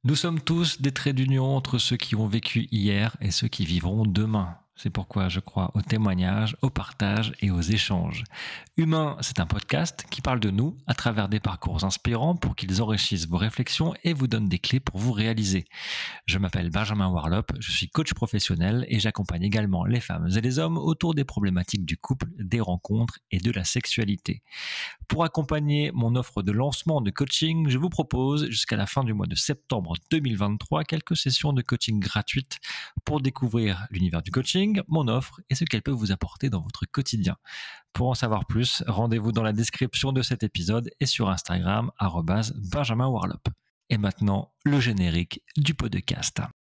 Nous sommes tous des traits d'union entre ceux qui ont vécu hier et ceux qui vivront demain. C'est pourquoi je crois au témoignage, au partage et aux échanges. Humain, c'est un podcast qui parle de nous à travers des parcours inspirants pour qu'ils enrichissent vos réflexions et vous donnent des clés pour vous réaliser. Je m'appelle Benjamin Warlop, je suis coach professionnel et j'accompagne également les femmes et les hommes autour des problématiques du couple, des rencontres et de la sexualité. Pour accompagner mon offre de lancement de coaching, je vous propose jusqu'à la fin du mois de septembre 2023 quelques sessions de coaching gratuites pour découvrir l'univers du coaching, mon offre et ce qu'elle peut vous apporter dans votre quotidien. Pour en savoir plus, rendez-vous dans la description de cet épisode et sur Instagram @BenjaminWarlop. Et maintenant, le générique du podcast.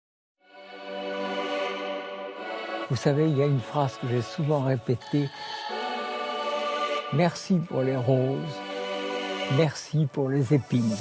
Vous savez, il y a une phrase que j'ai souvent répétée. Merci pour les roses, merci pour les épines.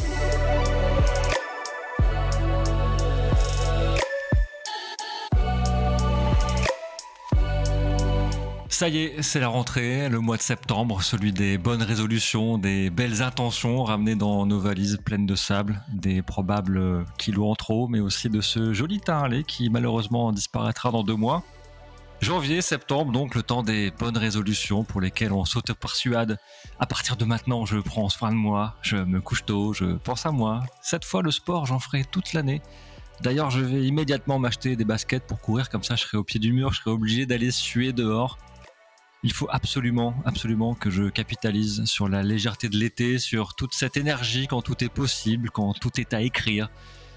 Ça y est, c'est la rentrée, le mois de septembre, celui des bonnes résolutions, des belles intentions ramenées dans nos valises pleines de sable, des probables kilos en trop, mais aussi de ce joli teint à lait qui malheureusement disparaîtra dans 2 mois. Janvier, septembre, donc le temps des bonnes résolutions pour lesquelles on s'auto-persuade. À partir de maintenant, je prends soin de moi, je me couche tôt, je pense à moi. Cette fois, le sport, j'en ferai toute l'année. D'ailleurs, je vais immédiatement m'acheter des baskets pour courir, comme ça je serai au pied du mur, je serai obligé d'aller suer dehors. Il faut absolument que je capitalise sur la légèreté de l'été, sur toute cette énergie quand tout est possible, quand tout est à écrire.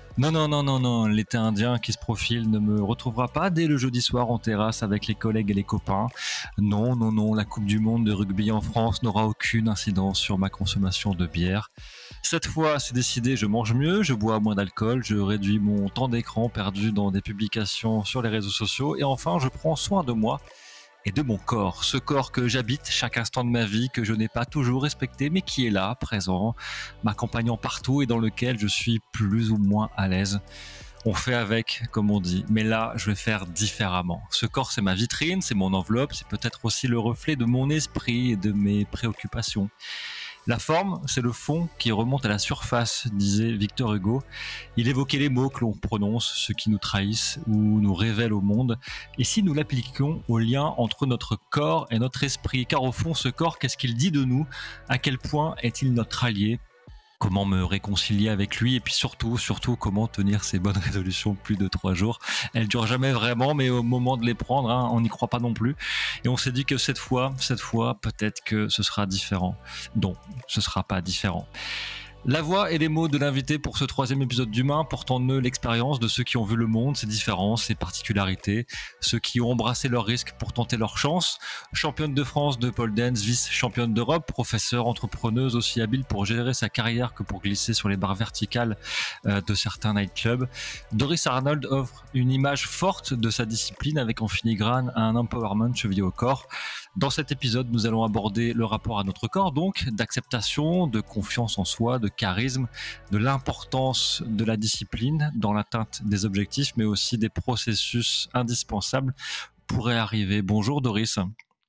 Non, l'été indien qui se profile ne me retrouvera pas dès le jeudi soir en terrasse avec les collègues et les copains. Non, la Coupe du Monde de rugby en France n'aura aucune incidence sur ma consommation de bière. Cette fois, c'est décidé, je mange mieux, je bois moins d'alcool, je réduis mon temps d'écran perdu dans des publications sur les réseaux sociaux et enfin, je prends soin de moi et de mon corps, ce corps que j'habite chaque instant de ma vie, que je n'ai pas toujours respecté, mais qui est là, présent, m'accompagnant partout et dans lequel je suis plus ou moins à l'aise. On fait avec, comme on dit, mais là, je vais faire différemment. Ce corps, c'est ma vitrine, c'est mon enveloppe, c'est peut-être aussi le reflet de mon esprit et de mes préoccupations. La forme, c'est le fond qui remonte à la surface, disait Victor Hugo. Il évoquait les mots que l'on prononce, ceux qui nous trahissent ou nous révèlent au monde. Et si nous l'appliquions au lien entre notre corps et notre esprit, car au fond, ce corps, qu'est-ce qu'il dit de nous? À quel point est-il notre allié? Comment me réconcilier avec lui et puis surtout comment tenir ces bonnes résolutions plus de 3 jours. Elles durent jamais vraiment, mais au moment de les prendre, on n'y croit pas non plus. Et on s'est dit que cette fois, peut-être que ce sera différent. Non, ce sera pas différent. La voix et les mots de l'invité pour ce 3e épisode d'Humain portent en eux l'expérience de ceux qui ont vu le monde, ses différences, ses particularités, ceux qui ont embrassé leurs risques pour tenter leur chance. Championne de France de pole dance, vice-championne d'Europe, professeure, entrepreneuse aussi habile pour gérer sa carrière que pour glisser sur les barres verticales de certains nightclubs. Doris Arnold offre une image forte de sa discipline avec en filigrane un empowerment chevillé au corps. Dans cet épisode, nous allons aborder le rapport à notre corps, donc d'acceptation, de confiance en soi, de charisme, de l'importance de la discipline dans l'atteinte des objectifs, mais aussi des processus indispensables pour y arriver. Bonjour Doris.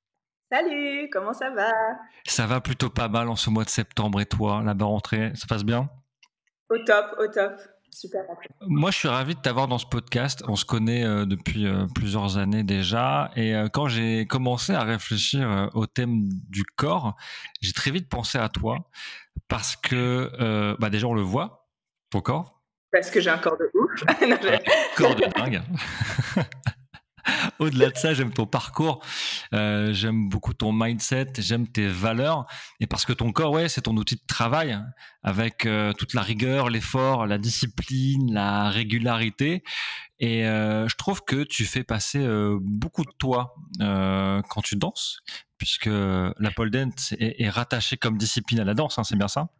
Salut, comment ça va? Ça va plutôt pas mal en ce mois de septembre et toi, la rentrée, ça passe bien? Au top, super. Moi, je suis ravi de t'avoir dans ce podcast. On se connaît depuis plusieurs années déjà. Et quand j'ai commencé à réfléchir au thème du corps, j'ai très vite pensé à toi parce que déjà, on le voit, ton corps. Parce que j'ai un corps de ouf. Non, Corps de dingue. Au-delà de ça, j'aime ton parcours, j'aime beaucoup ton mindset, j'aime tes valeurs, et parce que ton corps, ouais, c'est ton outil de travail, avec toute la rigueur, l'effort, la discipline, la régularité, et je trouve que tu fais passer beaucoup de toi quand tu danses, puisque la pole dance est rattachée comme discipline à la danse, c'est bien ça?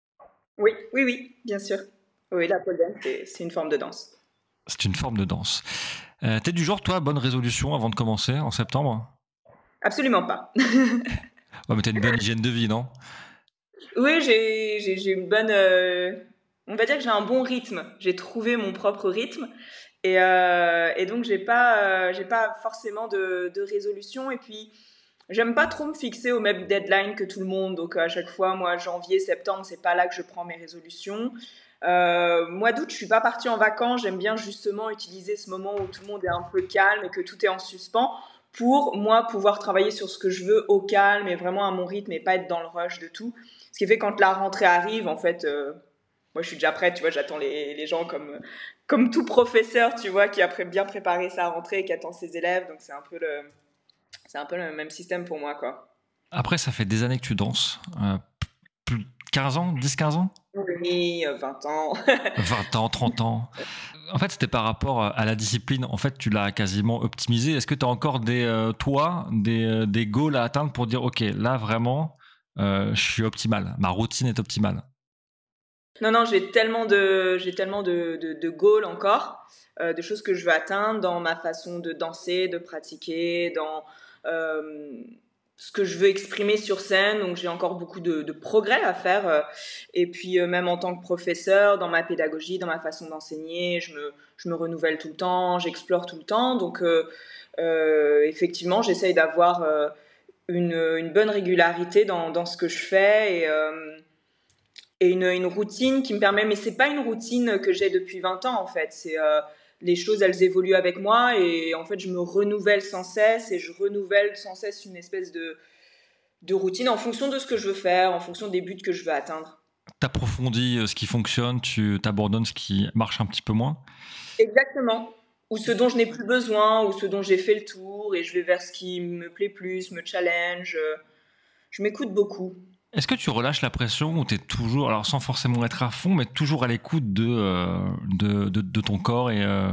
Oui, bien sûr. Oui, la pole dance, c'est une forme de danse. C'est une forme de danse. T'es du genre, toi, bonne résolution avant de commencer en septembre? Absolument pas. Ouais, mais t'as une bonne hygiène de vie, non? Oui, j'ai une bonne... on va dire que j'ai un bon rythme. J'ai trouvé mon propre rythme. Et donc, j'ai pas forcément de résolution. Et puis, j'aime pas trop me fixer au même deadline que tout le monde. Donc, à chaque fois, moi, janvier, septembre, c'est pas là que je prends mes résolutions. Mois d'août, je suis pas partie en vacances. J'aime bien justement utiliser ce moment où tout le monde est un peu calme et que tout est en suspens pour moi pouvoir travailler sur ce que je veux au calme et vraiment à mon rythme et pas être dans le rush de tout. Ce qui fait quand la rentrée arrive, en fait, moi je suis déjà prête, tu vois, j'attends les gens comme tout professeur, tu vois, qui a bien préparé sa rentrée et qui attend ses élèves. Donc c'est un peu le même système pour moi, quoi. Après, ça fait des années que tu danses. Plus de 15 ans, 10-15 ans? Oui, 20 ans. 20 ans, 30 ans. En fait, c'était par rapport à la discipline. En fait, tu l'as quasiment optimisé. Est-ce que tu as encore des goals à atteindre pour dire, OK, là, vraiment, je suis optimal. Ma routine est optimale. Non, non, j'ai tellement de goals encore, de choses que je veux atteindre dans ma façon de danser, de pratiquer, dans ce que je veux exprimer sur scène. Donc j'ai encore beaucoup de progrès à faire. Et puis même en tant que professeur, dans ma pédagogie, dans ma façon d'enseigner, je me renouvelle tout le temps, j'explore tout le temps. Donc effectivement, j'essaye d'avoir une bonne régularité dans ce que je fais et une routine qui me permet, mais c'est pas une routine que j'ai depuis 20 ans en fait, c'est les choses elles évoluent avec moi et en fait je me renouvelle sans cesse et je renouvelle sans cesse une espèce de routine en fonction de ce que je veux faire, en fonction des buts que je veux atteindre. T'approfondis ce qui fonctionne, tu t'abandonnes ce qui marche un petit peu moins. Exactement. Ou ce dont je n'ai plus besoin, ou ce dont j'ai fait le tour, et je vais vers ce qui me plaît plus, me challenge. Je m'écoute beaucoup. Est-ce que tu relâches la pression ou tu es toujours, alors sans forcément être à fond, mais toujours à l'écoute de ton corps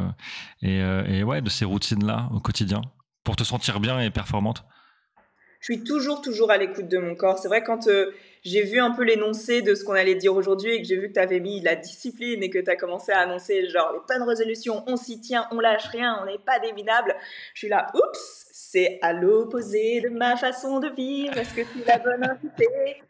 et ouais, de ces routines-là au quotidien pour te sentir bien et performante? Je suis toujours à l'écoute de mon corps. C'est vrai, quand j'ai vu un peu l'énoncé de ce qu'on allait dire aujourd'hui et que j'ai vu que tu avais mis la discipline et que tu as commencé à annoncer genre les bonnes résolutions, on s'y tient, on lâche rien, on n'est pas des minables. Je suis là, oups, c'est à l'opposé de ma façon de vivre. Est-ce que tu es la bonne invitée?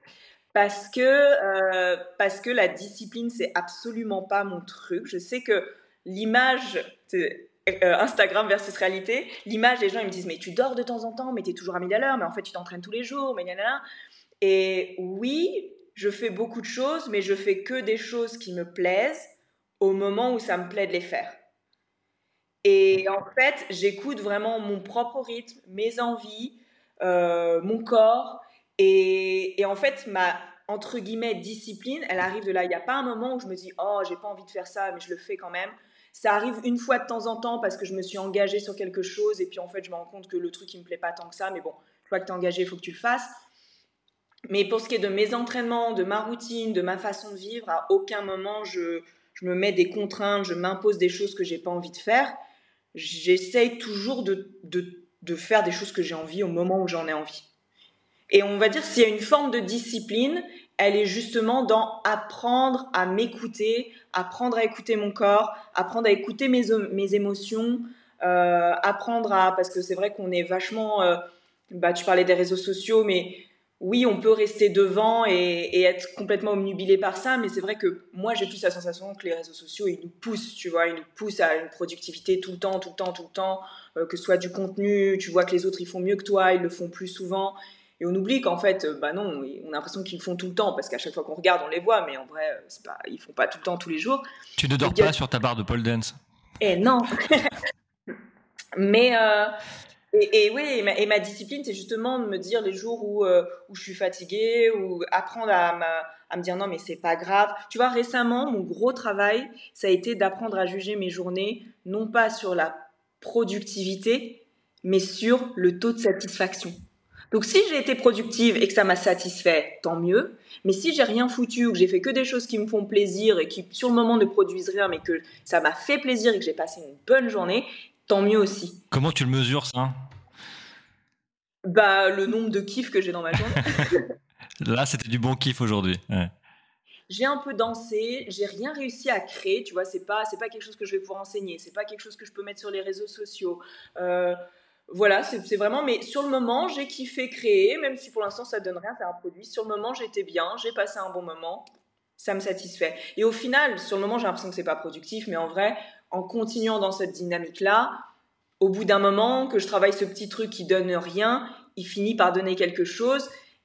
Parce que la discipline, c'est absolument pas mon truc. Je sais que l'image, Instagram versus réalité, l'image, les gens ils me disent mais tu dors de temps en temps, mais tu es toujours à 1000 à l'heure, mais en fait tu t'entraînes tous les jours, mais nanana. Et oui, je fais beaucoup de choses, mais je fais que des choses qui me plaisent au moment où ça me plaît de les faire. Et en fait, j'écoute vraiment mon propre rythme, mes envies, mon corps. Et en fait, ma, entre guillemets, discipline, elle arrive de là. Il n'y a pas un moment où je me dis, oh, j'ai pas envie de faire ça, mais je le fais quand même. Ça arrive une fois de temps en temps parce que je me suis engagée sur quelque chose et puis en fait, je me rends compte que le truc, il me plaît pas tant que ça. Mais bon, une fois que tu es engagé, il faut que tu le fasses. Mais pour ce qui est de mes entraînements, de ma routine, de ma façon de vivre, à aucun moment je me mets des contraintes, je m'impose des choses que j'ai pas envie de faire. J'essaye toujours de faire des choses que j'ai envie au moment où j'en ai envie. Et on va dire s'il y a une forme de discipline, elle est justement dans apprendre à m'écouter, apprendre à écouter mon corps, apprendre à écouter mes émotions, apprendre à... Parce que c'est vrai qu'on est vachement... bah, tu parlais des réseaux sociaux, mais oui, on peut rester devant et être complètement omnubilé par ça, mais c'est vrai que moi, j'ai plus la sensation que les réseaux sociaux, ils nous poussent, tu vois, ils nous poussent à une productivité tout le temps, que ce soit du contenu, tu vois que les autres, ils font mieux que toi, ils le font plus souvent, et on oublie qu'en fait, bah non, on a l'impression qu'ils le font tout le temps, parce qu'à chaque fois qu'on regarde, on les voit, mais en vrai, c'est pas, ils font pas tout le temps, tous les jours. Tu ne dors pas sur ta barre de pole dance? Et non. Mais et oui, et ma discipline, c'est justement de me dire les jours où je suis fatiguée, ou apprendre à me dire non, mais c'est pas grave. Tu vois, récemment, mon gros travail, ça a été d'apprendre à juger mes journées, non pas sur la productivité, mais sur le taux de satisfaction. Donc si j'ai été productive et que ça m'a satisfait, tant mieux. Mais si j'ai rien foutu ou que j'ai fait que des choses qui me font plaisir et qui sur le moment ne produisent rien, mais que ça m'a fait plaisir et que j'ai passé une bonne journée, tant mieux aussi. Comment tu le mesures, ça? Bah, le nombre de kiffs que j'ai dans ma journée. Là, c'était du bon kiff aujourd'hui. Ouais. J'ai un peu dansé, j'ai rien réussi à créer, tu vois, c'est pas quelque chose que je vais pouvoir enseigner, c'est pas quelque chose que je peux mettre sur les réseaux sociaux. Voilà, c'est vraiment, mais sur le moment, j'ai kiffé créer, même si pour l'instant ça donne rien, c'est un produit. Sur le moment, j'étais bien, j'ai passé un bon moment, ça me satisfait. Et au final, sur le moment, j'ai l'impression que c'est pas productif, mais en vrai, en continuant dans cette dynamique-là, au bout d'un moment, que je travaille ce petit truc qui donne rien, il finit par donner quelque chose.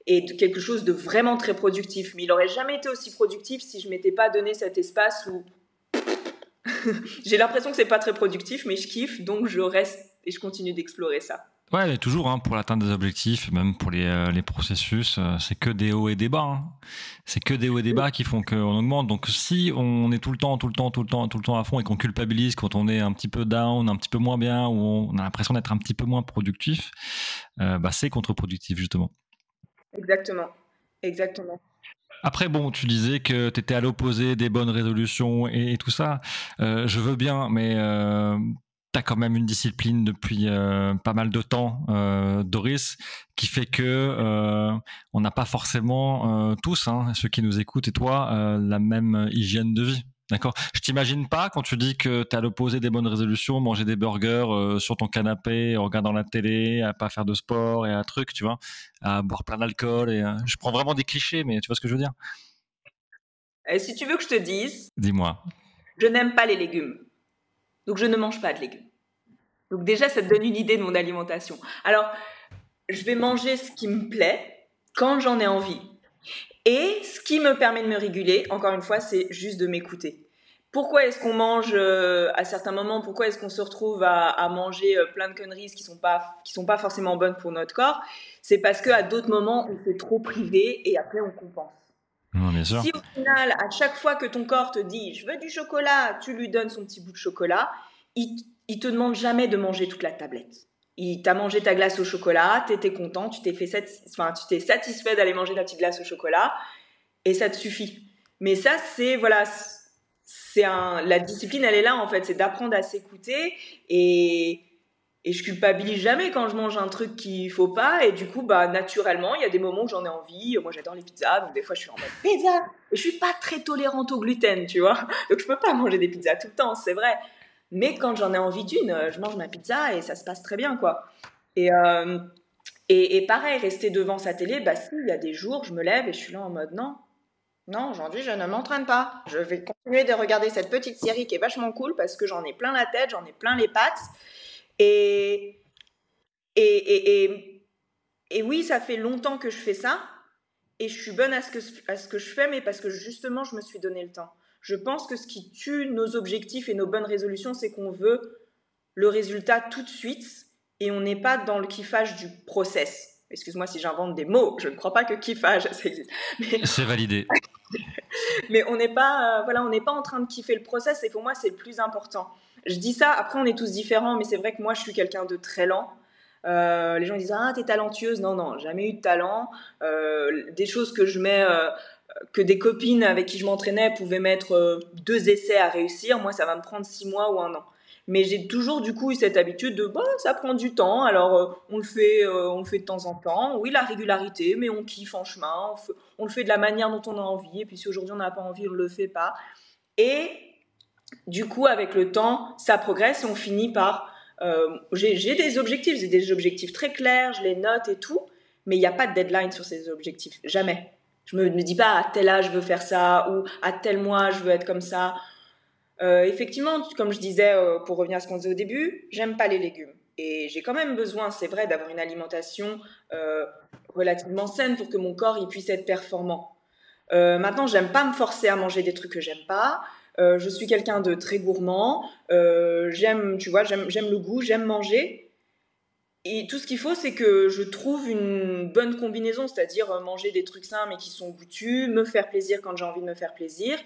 et de quelque chose de vraiment très productif. Mais il aurait jamais été aussi productif si je m'étais pas donné cet espace où j'ai l'impression que c'est pas très productif, mais je kiffe, donc je reste et je continue d'explorer ça. Ouais, mais toujours, hein, pour l'atteinte des objectifs, même pour les processus, c'est que des hauts et des bas. Hein. C'est que des hauts et des bas qui font qu'on augmente. Donc, si on est tout le temps à fond et qu'on culpabilise quand on est un petit peu down, un petit peu moins bien, ou on a l'impression d'être un petit peu moins productif, c'est contre-productif, justement. Exactement. Après, bon, tu disais que tu étais à l'opposé des bonnes résolutions et tout ça. Je veux bien, mais tu as quand même une discipline depuis pas mal de temps, Doris, qui fait que on n'a pas forcément tous, hein, ceux qui nous écoutent et toi, la même hygiène de vie. D'accord. Je t'imagine pas quand tu dis que tu es à l'opposé des bonnes résolutions, manger des burgers sur ton canapé, en regardant la télé, à pas faire de sport et à truc, tu vois, à boire plein d'alcool. Et je prends vraiment des clichés, mais tu vois ce que je veux dire. Et si tu veux que je te dise, Dis-moi. je n'aime pas les légumes, donc je ne mange pas de légumes. Donc déjà, ça te donne une idée de mon alimentation. Alors, je vais manger ce qui me plaît quand j'en ai envie. Et ce qui me permet de me réguler, encore une fois, c'est juste de m'écouter. Pourquoi est-ce qu'on mange à certains moments? Pourquoi est-ce qu'on se retrouve à manger plein de conneries qui sont pas forcément bonnes pour notre corps? C'est parce qu'à d'autres moments, on s'est trop privé et après on compense. Non, bien sûr. Si au final, à chaque fois que ton corps te dit je veux du chocolat, tu lui donnes son petit bout de chocolat, il te demande jamais de manger toute la tablette. Il t'a mangé ta glace au chocolat, t'étais content, tu t'es satisfait d'aller manger ta petite glace au chocolat et ça te suffit. Mais ça, la discipline, elle est là en fait, c'est d'apprendre à s'écouter et je culpabilise jamais quand je mange un truc qu'il faut pas et du coup, naturellement, il y a des moments où j'en ai envie. Moi, j'adore les pizzas, donc des fois, je suis en mode pizza. Et je suis pas très tolérante au gluten, tu vois. Donc, je peux pas manger des pizzas tout le temps, c'est vrai. Mais quand j'en ai envie d'une, je mange ma pizza et ça se passe très bien, quoi. Et, euh, et pareil, rester devant sa télé, si, il y a des jours, je me lève et je suis là en mode non. Non, aujourd'hui, je ne m'entraîne pas. Je vais continuer de regarder cette petite série qui est vachement cool parce que j'en ai plein la tête, j'en ai plein les pattes. Et, et, et, et, et oui, ça fait longtemps que je fais ça. Et je suis bonne à ce que je fais, mais parce que justement, je me suis donné le temps. Je pense que ce qui tue nos objectifs et nos bonnes résolutions, c'est qu'on veut le résultat tout de suite et on n'est pas dans le kiffage du process. Excuse-moi si j'invente des mots, je ne crois pas que kiffage, ça existe. Mais, c'est validé. mais on n'est pas, on n'est pas en train de kiffer le process et pour moi, c'est le plus important. Je dis ça, après on est tous différents, mais c'est vrai que moi, je suis quelqu'un de très lent. Les gens disent ah t'es talentueuse, non jamais eu de talent, des choses que je mets que des copines avec qui je m'entraînais pouvaient mettre 2 essais à réussir, moi ça va me prendre 6 mois ou 1 an, mais j'ai toujours du coup eu cette habitude de ça prend du temps, alors on le fait de temps en temps, oui la régularité, mais on kiffe en chemin, on le fait de la manière dont on a envie, et puis si aujourd'hui on n'a pas envie on le fait pas, et du coup avec le temps ça progresse et on finit par j'ai des objectifs très clairs, je les note et tout, mais il n'y a pas de deadline sur ces objectifs, jamais. Je me dis pas à tel âge je veux faire ça ou à tel mois je veux être comme ça. Effectivement, comme je disais, pour revenir à ce qu'on disait au début, j'aime pas les légumes. Et j'ai quand même besoin, c'est vrai, d'avoir une alimentation relativement saine pour que mon corps il puisse être performant. Maintenant, j'aime pas me forcer à manger des trucs que j'aime pas. Je suis quelqu'un de très gourmand. J'aime le goût, j'aime manger. Et tout ce qu'il faut, c'est que je trouve une bonne combinaison, c'est-à-dire manger des trucs sains mais qui sont goûtus, me faire plaisir quand j'ai envie de me faire plaisir.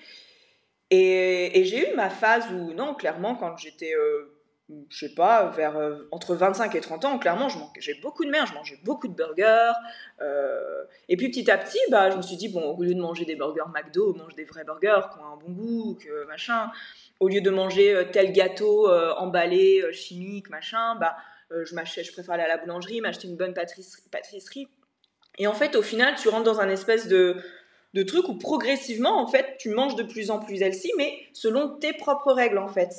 Et j'ai eu ma phase où, non, clairement, quand j'étais, je sais pas, entre 25 et 30 ans, clairement, j'ai beaucoup de merde, je mangeais beaucoup de burgers. Et puis petit à petit, je me suis dit, bon, au lieu de manger des burgers McDo, mange des vrais burgers qui ont un bon goût, que machin. Au lieu de manger tel gâteau emballé, chimique, machin, je préfère aller à la boulangerie, m'acheter une bonne pâtisserie. Et en fait, au final, tu rentres dans un espèce de truc où progressivement, en fait, tu manges de plus en plus healthy, mais selon tes propres règles, en fait.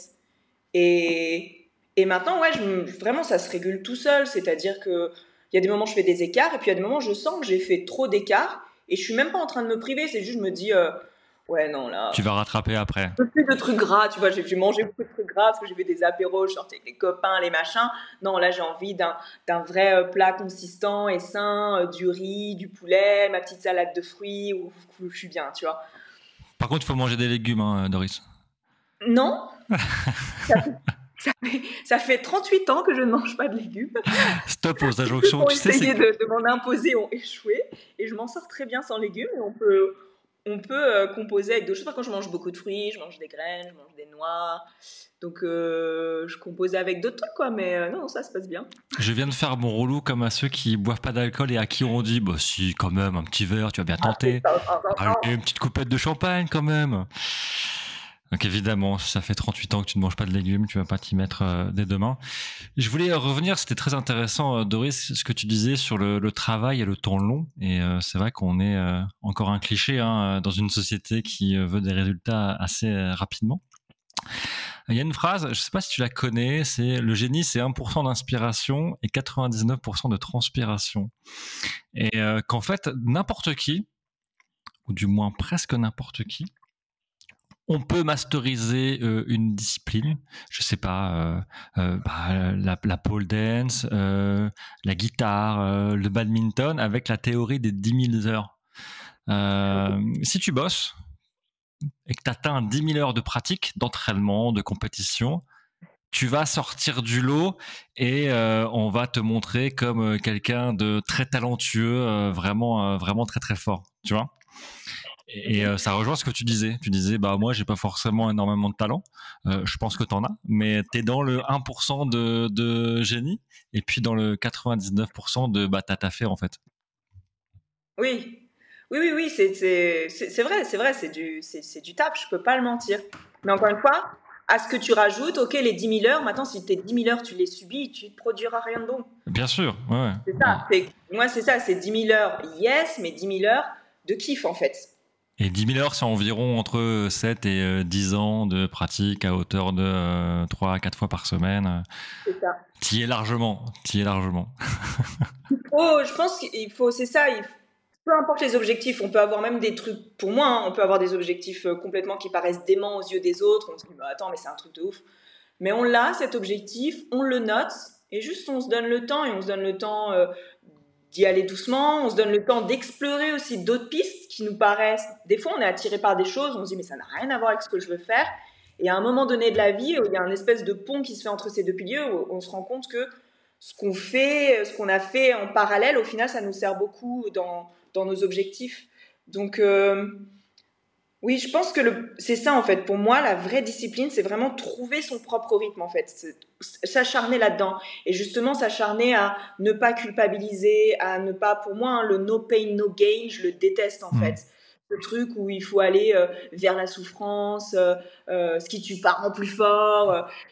Et maintenant, ouais, vraiment, ça se régule tout seul. C'est-à-dire qu'il y a des moments où je fais des écarts, et puis il y a des moments où je sens que j'ai fait trop d'écarts, et je suis même pas en train de me priver, c'est juste, je me dis, Ouais, non, là. Tu vas rattraper après. Je veux plus de trucs gras, tu vois. J'ai mangé beaucoup de trucs gras parce que j'ai fait des apéros, je sortais avec les copains, les machins. Non, là, j'ai envie d'un vrai plat consistant et sain, du riz, du poulet, ma petite salade de fruits, où je suis bien, tu vois. Par contre, il faut manger des légumes, hein, Doris. Non, ça fait, ça fait 38 ans que je ne mange pas de légumes. Stop aux Tous ceux qui injonctions. ont Tu sais, essayé de m'en imposer ont échoué et je m'en sors très bien sans légumes. Et on peut composer avec d'autres choses. Par contre, je mange beaucoup de fruits, je mange des graines, je mange des noix. Donc, je compose avec d'autres trucs, quoi. Mais non, ça se passe bien. je viens de faire mon relou comme à ceux qui boivent pas d'alcool et à qui on dit, bah si, quand même, un petit verre, tu vas bien tenter. Allez, une petite coupette de champagne quand même. Donc évidemment, ça fait 38 ans que tu ne manges pas de légumes, tu vas pas t'y mettre dès demain. Je voulais revenir, c'était très intéressant, Doris, ce que tu disais sur le travail et le temps long. Et c'est vrai qu'on est encore un cliché hein, dans une société qui veut des résultats assez rapidement. Il y a une phrase, je ne sais pas si tu la connais, c'est le génie, c'est 1% d'inspiration et 99% de transpiration. Et qu'en fait, n'importe qui, ou du moins presque n'importe qui, on peut masteriser une discipline, je sais pas, la pole dance, la guitare, le badminton, avec la théorie des 10 000 heures. Si tu bosses et que tu atteins 10 000 heures de pratique, d'entraînement, de compétition, tu vas sortir du lot et on va te montrer comme quelqu'un de très talentueux, vraiment très très fort, tu vois. Et ça rejoint ce que tu disais. Tu disais, bah moi, j'ai pas forcément énormément de talent. Je pense que t'en as, mais t'es dans le 1% de génie, et puis dans le 99% de bah t'as taffé en fait. Oui. Oui, c'est vrai, c'est du taf, je peux pas le mentir. Mais encore une fois, à ce que tu rajoutes, ok, les 10 000 heures, maintenant, si tes 10 000 heures, tu les subis, tu ne produiras rien de bon. Bien sûr, ouais. C'est ça. Moi, c'est ça, c'est 10 000 heures, yes, mais 10 000 heures de kiff, en fait. Et 10 000 heures, c'est environ entre 7 et 10 ans de pratique à hauteur de 3 à 4 fois par semaine. C'est ça. T'y es largement, t'y es largement. Oh, je pense qu'il faut, c'est ça, peu importe les objectifs, on peut avoir même des trucs, pour moi, hein, on peut avoir des objectifs complètement qui paraissent déments aux yeux des autres, on se dit, bah, attends, mais c'est un truc de ouf. Mais on l'a, cet objectif, on le note, et juste on se donne le temps, et on se donne le temps d'y aller doucement, on se donne le temps d'explorer aussi d'autres pistes qui nous paraissent, des fois on est attiré par des choses, on se dit, mais ça n'a rien à voir avec ce que je veux faire, et à un moment donné de la vie, il y a un espèce de pont qui se fait entre ces deux piliers, où on se rend compte que ce qu'on fait, ce qu'on a fait en parallèle, au final, ça nous sert beaucoup dans nos objectifs. Donc, oui, je pense que c'est ça, en fait. Pour moi, la vraie discipline, c'est vraiment trouver son propre rythme, en fait. S'acharner là-dedans. Et justement, s'acharner à ne pas culpabiliser, à ne pas... Pour moi, hein, le no pain, no gain, je le déteste, en fait. Le truc où il faut aller vers la souffrance, ce qui tue pas rend plus fort.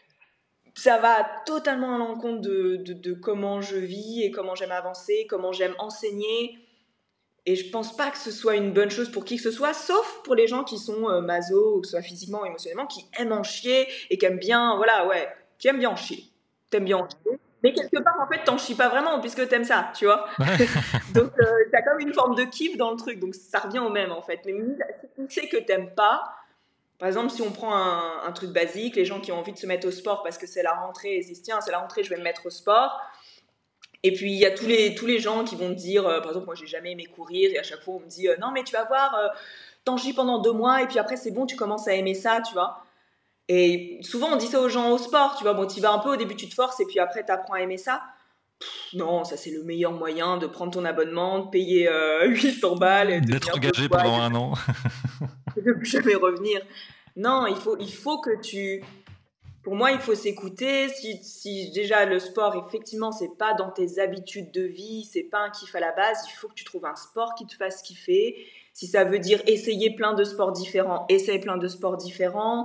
Ça va totalement à l'encontre de comment je vis et comment j'aime avancer, comment j'aime enseigner. Et je pense pas que ce soit une bonne chose pour qui que ce soit, sauf pour les gens qui sont maso, ou que ce soit physiquement ou émotionnellement, qui aiment en chier et qui aiment bien, voilà, ouais, qui aiment bien en chier. T'aimes bien en chier. Mais quelque part, en fait, t'en chies pas vraiment puisque t'aimes ça, tu vois. Donc, t'as comme une forme de kiff dans le truc. Donc, ça revient au même, en fait. Mais si tu sais que t'aimes pas, par exemple, si on prend un truc basique, les gens qui ont envie de se mettre au sport parce que c'est la rentrée, et ils se disent, tiens, c'est la rentrée, je vais me mettre au sport. Et puis, il y a tous les gens qui vont te dire, par exemple, moi, j'ai jamais aimé courir, et à chaque fois, on me dit, non, mais tu vas voir, t'en chies pendant 2 mois, et puis après, c'est bon, tu commences à aimer ça, tu vois. Et souvent, on dit ça aux gens au sport, tu vois. Bon, tu vas un peu, au début, tu te forces, et puis après, t'apprends à aimer ça. Non, ça, c'est le meilleur moyen de prendre ton abonnement, de payer 800 balles, et de d'être engagé pendant un an. Et de plus jamais revenir. Non, il faut que tu... Pour moi, il faut s'écouter. Si déjà le sport, effectivement, c'est pas dans tes habitudes de vie, c'est pas un kiff à la base, il faut que tu trouves un sport qui te fasse kiffer. Si ça veut dire essayer plein de sports différents, essaye plein de sports différents.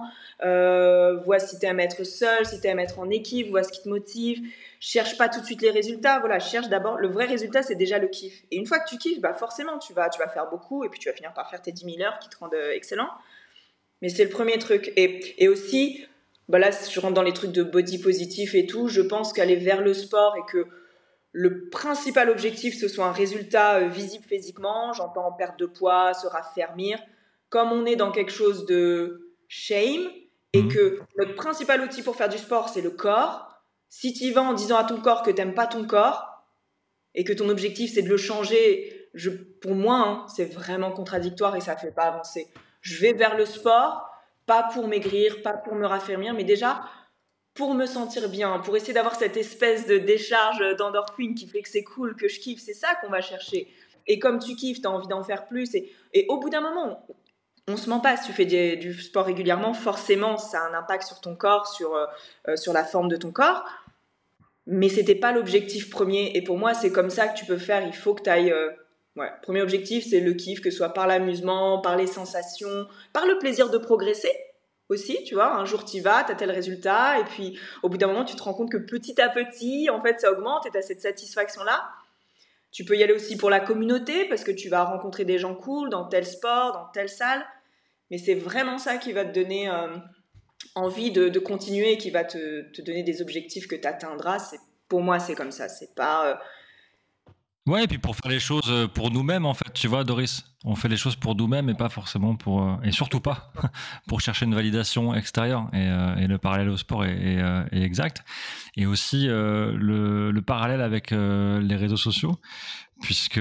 Vois si t'aimes être seul, si t'aimes être en équipe, vois ce qui te motive. Cherche pas tout de suite les résultats. Voilà, cherche d'abord. Le vrai résultat, c'est déjà le kiff. Et une fois que tu kiffes, bah forcément, tu vas faire beaucoup et puis tu vas finir par faire tes 10 000 heures qui te rendent excellent. Mais c'est le premier truc. Et aussi, bah là, je rentre dans les trucs de body positif et tout. Je pense qu'aller vers le sport et que le principal objectif, ce soit un résultat visible physiquement, j'entends perte de poids, se raffermir, comme on est dans quelque chose de shame et que notre principal outil pour faire du sport, c'est le corps, si tu y vas en disant à ton corps que t'aimes pas ton corps et que ton objectif, c'est de le changer, pour moi, hein, c'est vraiment contradictoire et ça fait pas avancer. Je vais vers le sport, pas pour maigrir, pas pour me raffermir, mais déjà pour me sentir bien, pour essayer d'avoir cette espèce de décharge d'endorphine qui fait que c'est cool, que je kiffe, c'est ça qu'on va chercher. Et comme tu kiffes, tu as envie d'en faire plus. Et au bout d'un moment, on se ment pas, si tu fais du sport régulièrement, forcément, ça a un impact sur ton corps, sur la forme de ton corps. Mais c'était pas l'objectif premier. Et pour moi, c'est comme ça que tu peux faire. Il faut que tu ailles... Premier objectif, c'est le kiff, que ce soit par l'amusement, par les sensations, par le plaisir de progresser aussi, tu vois. Un jour, tu y vas, tu as tel résultat. Et puis, au bout d'un moment, tu te rends compte que petit à petit, en fait, ça augmente et tu as cette satisfaction-là. Tu peux y aller aussi pour la communauté parce que tu vas rencontrer des gens cool dans tel sport, dans telle salle. Mais c'est vraiment ça qui va te donner envie de continuer et qui va te donner des objectifs que tu atteindras. Pour moi, c'est comme ça. C'est pas... Ouais, et puis pour faire les choses pour nous-mêmes, en fait, tu vois, Doris, on fait les choses pour nous-mêmes et pas forcément et surtout pas pour chercher une validation extérieure. Et le parallèle au sport est exact. Et aussi le parallèle avec les réseaux sociaux, puisque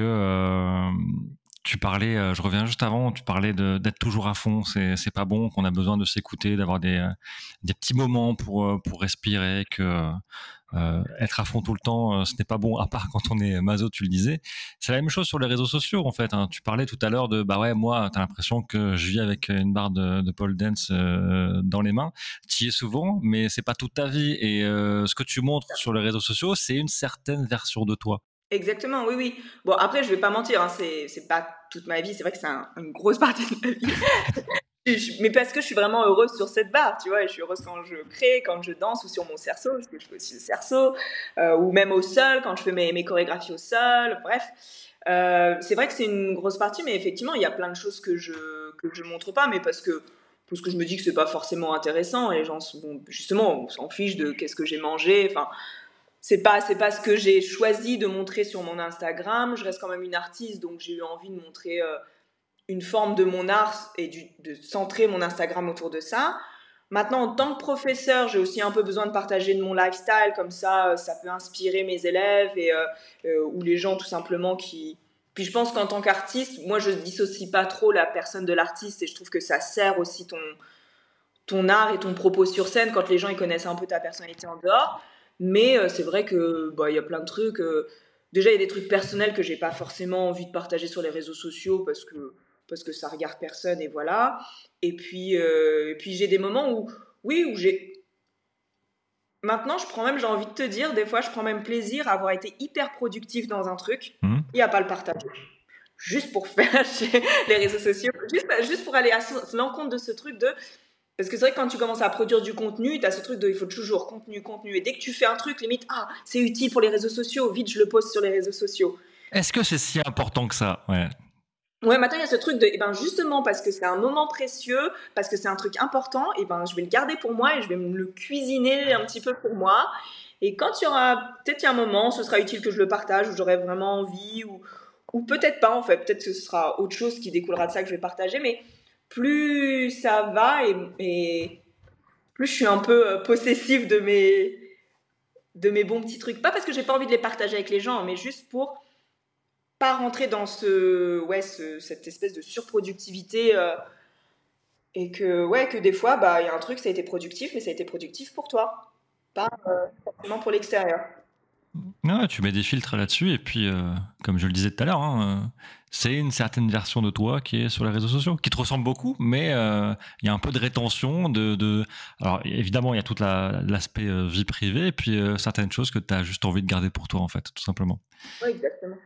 tu parlais, je reviens juste avant, tu parlais d'être toujours à fond, c'est pas bon, qu'on a besoin de s'écouter, d'avoir des petits moments pour respirer, que être à fond tout le temps, ce n'est pas bon, à part quand on est maso, tu le disais. C'est la même chose sur les réseaux sociaux, en fait. Hein. Tu parlais tout à l'heure de, bah ouais, moi, t'as l'impression que je vis avec une barre de pole dance dans les mains. Tu y es souvent, mais c'est pas toute ta vie. Et ce que tu montres sur les réseaux sociaux, c'est une certaine version de toi. Exactement, oui, oui. Bon, après, je vais pas mentir, hein, c'est pas toute ma vie. C'est vrai que c'est une grosse partie de ma vie. Mais parce que je suis vraiment heureuse sur cette barre, tu vois, et je suis heureuse quand je crée, quand je danse ou sur mon cerceau, parce que je fais aussi le cerceau, ou même au sol, quand je fais mes chorégraphies au sol, bref. C'est vrai que c'est une grosse partie, mais effectivement, il y a plein de choses que je montre pas, mais parce que je me dis que c'est pas forcément intéressant, et les gens, bon, justement, on s'en fiche de qu'est-ce que j'ai mangé, enfin, c'est pas ce que j'ai choisi de montrer sur mon Instagram. Je reste quand même une artiste, donc j'ai eu envie de montrer une forme de mon art et de centrer mon Instagram autour de ça. Maintenant, en tant que professeur, j'ai aussi un peu besoin de partager de mon lifestyle, comme ça peut inspirer mes élèves ou les gens tout simplement qui... Puis je pense qu'en tant qu'artiste, moi je dissocie pas trop la personne de l'artiste et je trouve que ça sert aussi ton art et ton propos sur scène quand les gens ils connaissent un peu ta personnalité en dehors. Mais c'est vrai que y a plein de trucs. Déjà, il y a des trucs personnels que j'ai pas forcément envie de partager sur les réseaux sociaux parce que ça regarde personne et voilà. Et puis j'ai des moments où oui, où j'ai maintenant j'ai envie de te dire, des fois je prends même plaisir à avoir été hyper productif dans un truc et à pas le partager. Juste pour faire les réseaux sociaux, juste pour aller à l'encontre de ce truc de... Parce que c'est vrai que quand tu commences à produire du contenu, tu as ce truc de il faut toujours contenu. Et dès que tu fais un truc, limite, c'est utile pour les réseaux sociaux, vite, je le poste sur les réseaux sociaux. Est-ce que c'est si important que ça? Ouais, maintenant, il y a ce truc de, justement, parce que c'est un moment précieux, parce que c'est un truc important, je vais le garder pour moi et je vais me le cuisiner un petit peu pour moi. Et quand il y aura, peut-être il y a un moment, ce sera utile que je le partage, où j'aurai vraiment envie, ou peut-être pas, en fait. Peut-être que ce sera autre chose qui découlera de ça que je vais partager, mais plus ça va et plus je suis un peu possessive de mes bons petits trucs. Pas parce que j'ai pas envie de les partager avec les gens, mais juste pour pas rentrer dans cette espèce de surproductivité et que des fois, il y a un truc, ça a été productif, mais ça a été productif pour toi, pas forcément pour l'extérieur. Ouais, tu mets des filtres là-dessus et puis, comme je le disais tout à l'heure, c'est une certaine version de toi qui est sur les réseaux sociaux, qui te ressemble beaucoup, mais il y a un peu de rétention. Alors évidemment, il y a tout l'aspect vie privée et puis certaines choses que tu as juste envie de garder pour toi, en fait, tout simplement. Oui, exactement.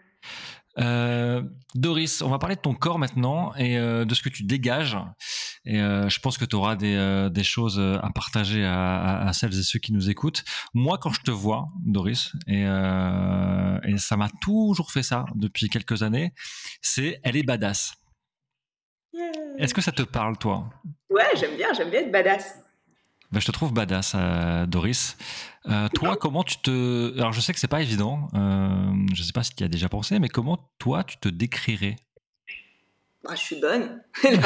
Doris, on va parler de ton corps maintenant et de ce que tu dégages. Et je pense que tu auras des choses à partager à celles et ceux qui nous écoutent. Moi, quand je te vois, Doris, et ça m'a toujours fait ça depuis quelques années, elle est badass. Yeah. Est-ce que ça te parle, toi? Ouais, j'aime bien être badass. Je te trouve badass, Doris. Toi, comment tu te... Alors, je sais que c'est pas évident. Je sais pas si tu y as déjà pensé, mais comment, toi, tu te décrirais? bah, je suis bonne.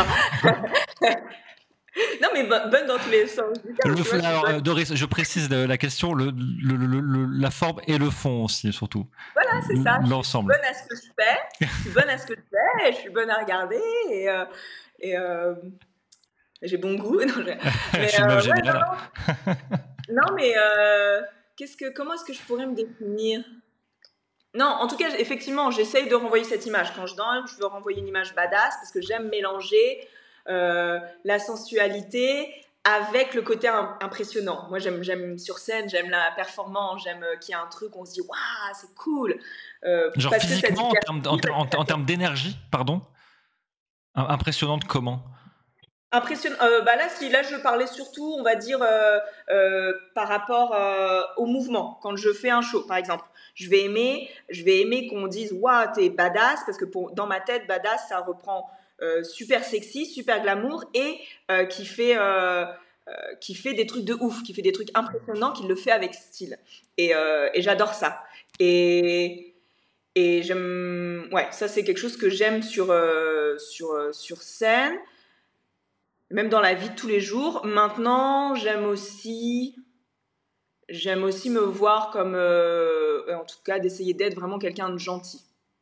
Non, mais bonne dans tous les sens du terme. Alors, Doris, je précise la question, la forme et le fond aussi, surtout. Voilà, c'est ça. L'ensemble. Je suis bonne à ce que je fais. Je suis bonne à ce que je fais. Et je suis bonne à regarder. Et j'ai bon goût. Non, je suis une meuf géniale. Non, mais comment est-ce que je pourrais me définir? Non, en tout cas, effectivement, j'essaye de renvoyer cette image. Quand je danse, je veux renvoyer une image badass parce que j'aime mélanger la sensualité avec le côté impressionnant. Moi, j'aime sur scène, j'aime la performance, j'aime qu'il y ait un truc, on se dit « Waouh, c'est cool !» Genre physiquement, en termes d'énergie, pardon, impressionnante comment? Impressionnant. Là, je parlais surtout, on va dire, par rapport au mouvement. Quand je fais un show, par exemple, je vais aimer qu'on dise « Waouh, t'es badass !» parce que dans ma tête, badass, ça reprend super sexy, super glamour et qui fait des trucs de ouf, qui fait des trucs impressionnants, qui le fait avec style. Et j'adore ça. Et j'aime, ouais, ça c'est quelque chose que j'aime sur scène, même dans la vie de tous les jours. Maintenant, j'aime aussi me voir comme, en tout cas, d'essayer d'être vraiment quelqu'un de gentil.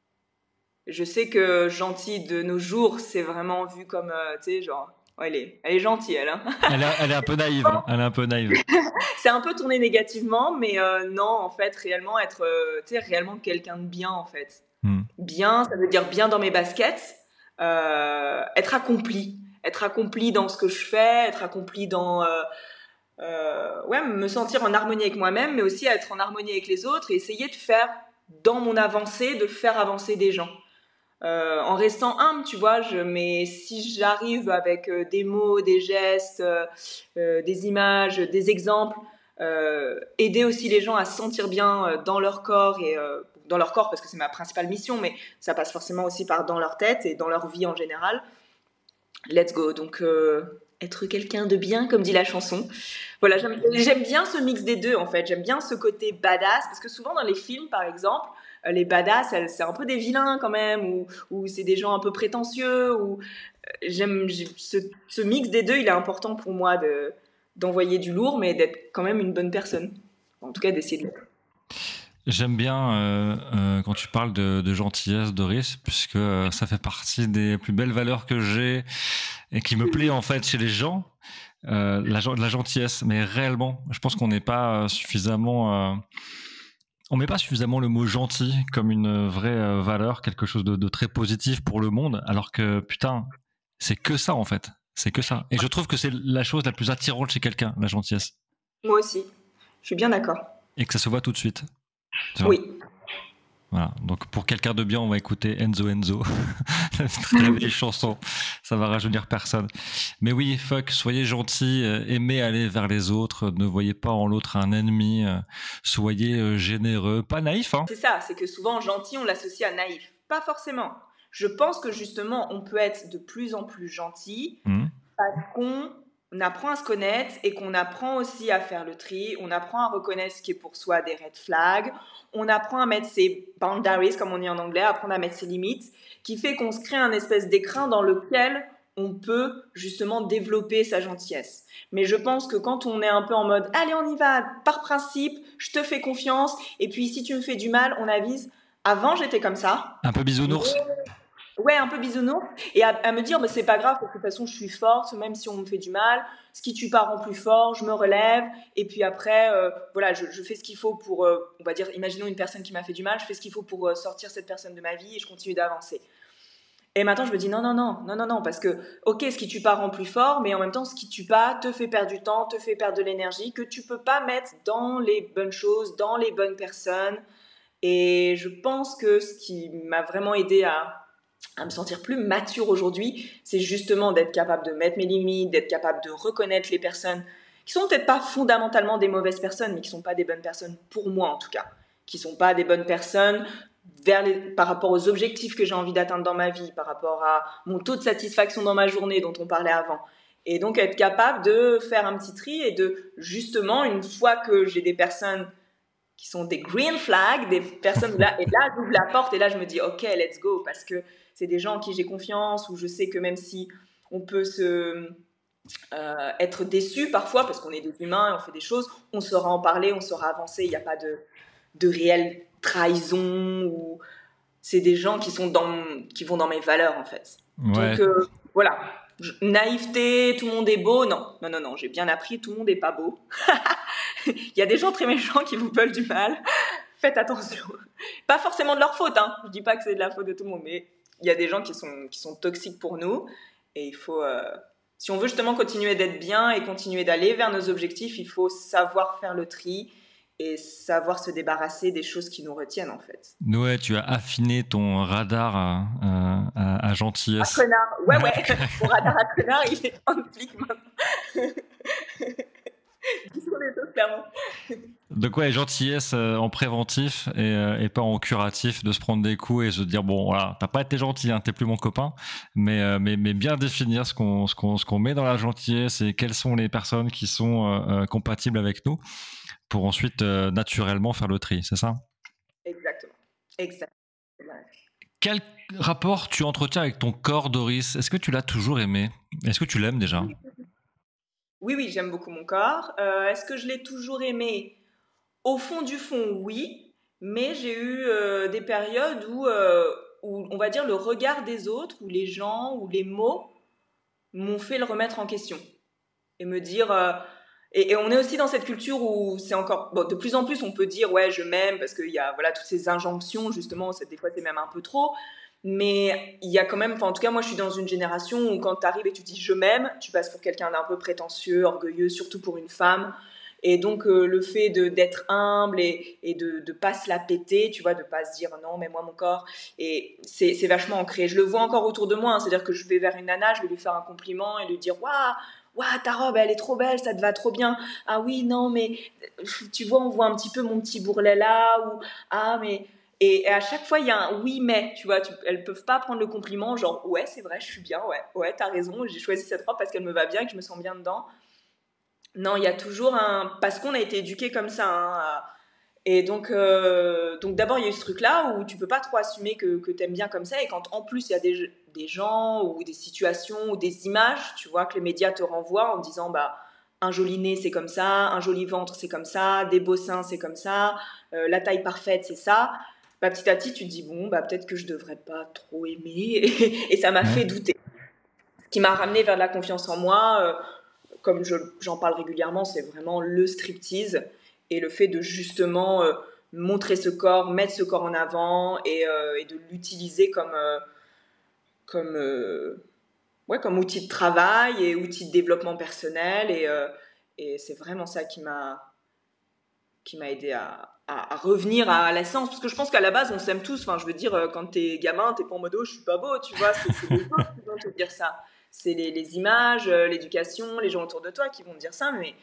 Je sais que gentil de nos jours, c'est vraiment vu comme, tu sais, genre, ouais, elle est gentille, elle. Hein. Elle est un peu naïve. Elle est un peu naïve. C'est un peu tourné négativement, mais non, en fait, réellement être, tu sais, réellement quelqu'un de bien, en fait. Bien, ça veut dire bien dans mes baskets, être accompli dans ce que je fais, être accompli dans, ouais, me sentir en harmonie avec moi-même, mais aussi être en harmonie avec les autres et essayer de faire, dans mon avancée, de faire avancer des gens. En restant humble, tu vois, mais si j'arrive avec des mots, des gestes, des images, des exemples, aider aussi les gens à se sentir bien dans leur corps parce que c'est ma principale mission, mais ça passe forcément aussi par dans leur tête et dans leur vie en général. Let's go. Donc être quelqu'un de bien, comme dit la chanson. Voilà, j'aime bien ce mix des deux en fait. J'aime bien ce côté badass parce que souvent dans les films, par exemple, les badass, c'est un peu des vilains quand même, ou c'est des gens un peu prétentieux. J'aime ce mix des deux, il est important pour moi d'envoyer du lourd, mais d'être quand même une bonne personne. En tout cas, d'essayer de l'être. J'aime bien quand tu parles de gentillesse, Doris, puisque ça fait partie des plus belles valeurs que j'ai et qui me plaît en fait chez les gens. La gentillesse, mais réellement, je pense qu'on n'est pas suffisamment... on met pas suffisamment le mot gentil comme une vraie valeur, quelque chose de très positif pour le monde, alors que putain, c'est que ça en fait, c'est que ça. Et je trouve que c'est la chose la plus attirante chez quelqu'un, la gentillesse. Moi aussi, je suis bien d'accord. Et que ça se voit tout de suite. Oui. Voilà, donc pour quelqu'un de bien, on va écouter Enzo Enzo, très belle chanson, ça va rajeunir personne. Mais oui, fuck, soyez gentils, aimez aller vers les autres, ne voyez pas en l'autre un ennemi, soyez généreux, pas naïf. Hein. C'est ça, c'est que souvent gentil, on l'associe à naïf. Pas forcément. Je pense que justement, on peut être de plus en plus gentil parce qu'on apprend à se connaître et qu'on apprend aussi à faire le tri, on apprend à reconnaître ce qui est pour soi des red flags, on apprend à mettre ses boundaries, comme on dit en anglais, apprendre à mettre ses limites, qui fait qu'on se crée un espèce d'écrin dans lequel on peut justement développer sa gentillesse. Mais je pense que quand on est un peu en mode « Allez, on y va, par principe, je te fais confiance, et puis si tu me fais du mal, on avise ». Avant, j'étais comme ça. Un peu bisounours. Ouais, un peu bisounours. Et à me dire, bah, c'est pas grave, parce que de toute façon, je suis forte, même si on me fait du mal. Ce qui tue pas rend plus fort, je me relève. Et puis après, voilà, je fais ce qu'il faut pour, on va dire, imaginons une personne qui m'a fait du mal, je fais ce qu'il faut pour sortir cette personne de ma vie et je continue d'avancer. Et maintenant, je me dis non, parce que, ok, ce qui tue pas rend plus fort, mais en même temps, ce qui tue pas te fait perdre du temps, te fait perdre de l'énergie, que tu peux pas mettre dans les bonnes choses, dans les bonnes personnes. Et je pense que ce qui m'a vraiment aidé à me sentir plus mature aujourd'hui, c'est justement d'être capable de mettre mes limites, d'être capable de reconnaître les personnes qui sont peut-être pas fondamentalement des mauvaises personnes, mais qui sont pas des bonnes personnes pour moi en tout cas, qui sont pas des bonnes personnes par rapport aux objectifs que j'ai envie d'atteindre dans ma vie, par rapport à mon taux de satisfaction dans ma journée dont on parlait avant. Et donc être capable de faire un petit tri et de justement, une fois que j'ai des personnes qui sont des green flags, des personnes là, et là j'ouvre la porte et là je me dis ok, let's go, parce que c'est des gens en qui j'ai confiance, où je sais que même si on peut être déçu parfois, parce qu'on est des humains et on fait des choses, on saura en parler, on saura avancer, il n'y a pas de réelle trahison, ou c'est des gens qui vont dans mes valeurs en fait. Ouais. Donc voilà, naïveté, tout le monde est beau, non, non, non, non, j'ai bien appris, tout le monde n'est pas beau. Il y a des gens très méchants qui vous veulent du mal, faites attention. Pas forcément de leur faute, hein. Je dis pas que c'est de la faute de tout le monde, mais il y a des gens qui sont toxiques pour nous, et il faut, si on veut justement continuer d'être bien et continuer d'aller vers nos objectifs, il faut savoir faire le tri et savoir se débarrasser des choses qui nous retiennent en fait. Ouais, tu as affiné ton radar à gentillesse. À connard, ouais. Mon radar à connard, il est en flic maintenant. Disons les choses clairement. Donc ouais, gentillesse en préventif et pas en curatif, de se prendre des coups et se dire bon voilà, t'as pas été gentil, hein, t'es plus mon copain, mais bien définir ce qu'on met dans la gentillesse et quelles sont les personnes qui sont compatibles avec nous pour ensuite naturellement faire le tri, c'est ça? Exactement. Quel rapport tu entretiens avec ton corps, Doris? Est-ce que tu l'as toujours aimé? Est-ce que tu l'aimes déjà? Oui, j'aime beaucoup mon corps. Est-ce que je l'ai toujours aimé? Au fond du fond, oui, mais j'ai eu des périodes où, on va dire, le regard des autres, ou les gens, ou les mots m'ont fait le remettre en question et me dire. Et on est aussi dans cette culture où c'est encore. Bon, de plus en plus, on peut dire ouais, je m'aime parce qu'il y a voilà, toutes ces injonctions, justement, des fois c'est même un peu trop. Mais il y a quand même. Enfin, en tout cas, moi je suis dans une génération où quand tu arrives et tu dis je m'aime, tu passes pour quelqu'un d'un peu prétentieux, orgueilleux, surtout pour une femme. Et donc, le fait d'être humble et de pas se la péter, tu vois, de pas se dire non, mais moi, mon corps. Et c'est vachement ancré. Je le vois encore autour de moi, hein, c'est-à-dire que je vais vers une nana, je vais lui faire un compliment et lui dire waouh, waouh, ta robe, elle est trop belle, ça te va trop bien. Ah oui, non, mais tu vois, on voit un petit peu mon petit bourrelet là, ou ah, mais. Et à chaque fois, il y a un oui, mais, tu vois, elles peuvent pas prendre le compliment, genre ouais, c'est vrai, je suis bien, ouais, t'as raison, j'ai choisi cette robe parce qu'elle me va bien et que je me sens bien dedans. Non, il y a toujours un. Parce qu'on a été éduqués comme ça. Hein. Et donc d'abord, il y a eu ce truc-là où tu peux pas trop assumer que tu aimes bien comme ça. Et quand en plus, il y a des gens ou des situations ou des images, tu vois, que les médias te renvoient en disant bah, un joli nez, c'est comme ça, un joli ventre, c'est comme ça, des beaux seins, c'est comme ça, la taille parfaite, c'est ça. Bah, petit à petit, tu te dis bon, bah, peut-être que je devrais pas trop aimer. Et ça m'a fait douter. Ce qui m'a ramené vers de la confiance en moi. Comme j'en parle régulièrement, c'est vraiment le striptease et le fait de justement montrer ce corps, mettre ce corps en avant et de l'utiliser comme, comme outil de travail et outil de développement personnel. Et c'est vraiment ça qui m'a aidé à revenir à l'essence. Parce que je pense qu'à la base, on s'aime tous. Enfin, je veux dire, quand t'es gamin, t'es pas en mode oh, je suis pas beau, tu vois. C'est les autres qui vont te dire ça. C'est les images, l'éducation, les gens autour de toi qui vont te dire ça, mais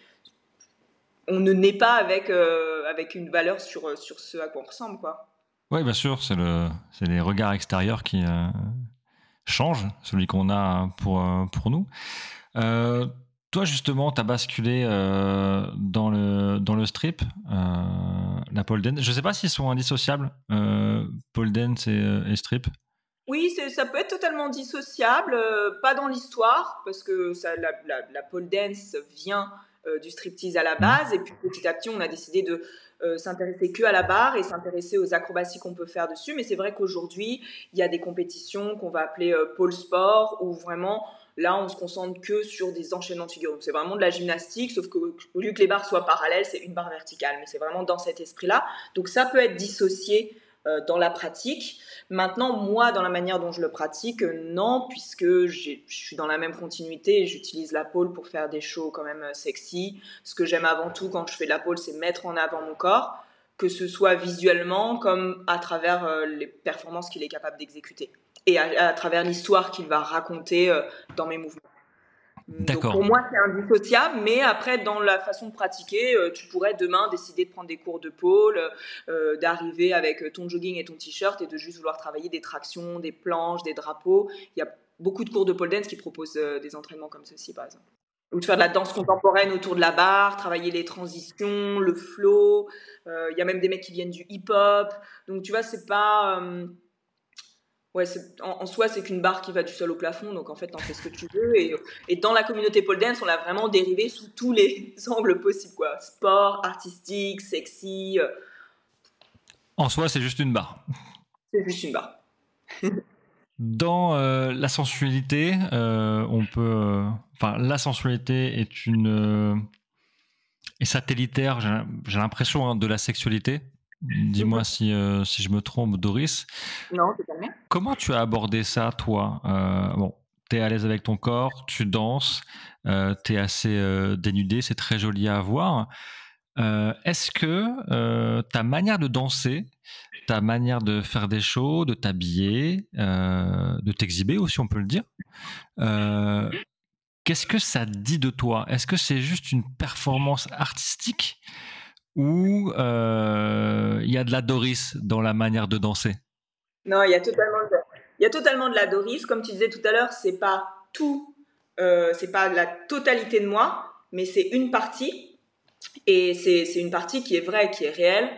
on ne naît pas avec une valeur sur ce à quoi on ressemble, quoi. Oui, bien sûr, c'est les regards extérieurs qui changent, celui qu'on a pour nous. Toi, justement, tu as basculé dans le strip, la pole dance. Je ne sais pas s'ils sont indissociables, pole dance et strip. Oui, ça peut être totalement dissociable, pas dans l'histoire, parce que la pole dance vient du striptease à la base, et puis petit à petit, on a décidé de s'intéresser que à la barre et s'intéresser aux acrobaties qu'on peut faire dessus. Mais c'est vrai qu'aujourd'hui, il y a des compétitions qu'on va appeler pole sport, où vraiment, là, on se concentre que sur des enchaînements de figures. Donc, c'est vraiment de la gymnastique, sauf qu'au lieu que les barres soient parallèles, c'est une barre verticale. Mais c'est vraiment dans cet esprit-là. Donc, ça peut être dissocié dans la pratique. Maintenant, moi, dans la manière dont je le pratique, non, puisque je suis dans la même continuité et j'utilise la pole pour faire des shows quand même sexy. Ce que j'aime avant tout quand je fais de la pole, c'est mettre en avant mon corps, que ce soit visuellement comme à travers les performances qu'il est capable d'exécuter et à travers l'histoire qu'il va raconter dans mes mouvements. Donc pour moi, c'est indissociable, mais après, dans la façon de pratiquer, tu pourrais demain décider de prendre des cours de pole, d'arriver avec ton jogging et ton t-shirt et de juste vouloir travailler des tractions, des planches, des drapeaux. Il y a beaucoup de cours de pole dance qui proposent des entraînements comme ceci, par exemple. Ou de faire de la danse contemporaine autour de la barre, travailler les transitions, le flow. Il y a même des mecs qui viennent du hip-hop. Donc tu vois, c'est pas... Ouais, en soi, c'est qu'une barre qui va du sol au plafond, donc en fait, t'en fais ce que tu veux. Et dans la communauté pole dance, on l'a vraiment dérivé sous tous les angles possibles, quoi. Sport, artistique, sexy. En soi, c'est juste une barre. C'est juste une barre. Dans la sensualité, on peut. Enfin, la sensualité est est satellitaire, j'ai l'impression, de la sexualité. Dis-moi si je me trompe, Doris. Non, totalement. Comment tu as abordé ça, toi? Bon, t'es à l'aise avec ton corps, tu danses, t'es assez dénudé, c'est très joli à voir. Est-ce que ta manière de danser, ta manière de faire des shows, de t'habiller, de t'exhiber aussi, on peut le dire, qu'est-ce que ça dit de toi? Est-ce que c'est juste une performance artistique ou il y a de la Doris dans la manière de danser? Non, il y a totalement de la Doris. Comme tu disais tout à l'heure, c'est pas tout, c'est pas la totalité de moi, mais c'est une partie. Et c'est une partie qui est vraie, qui est réelle.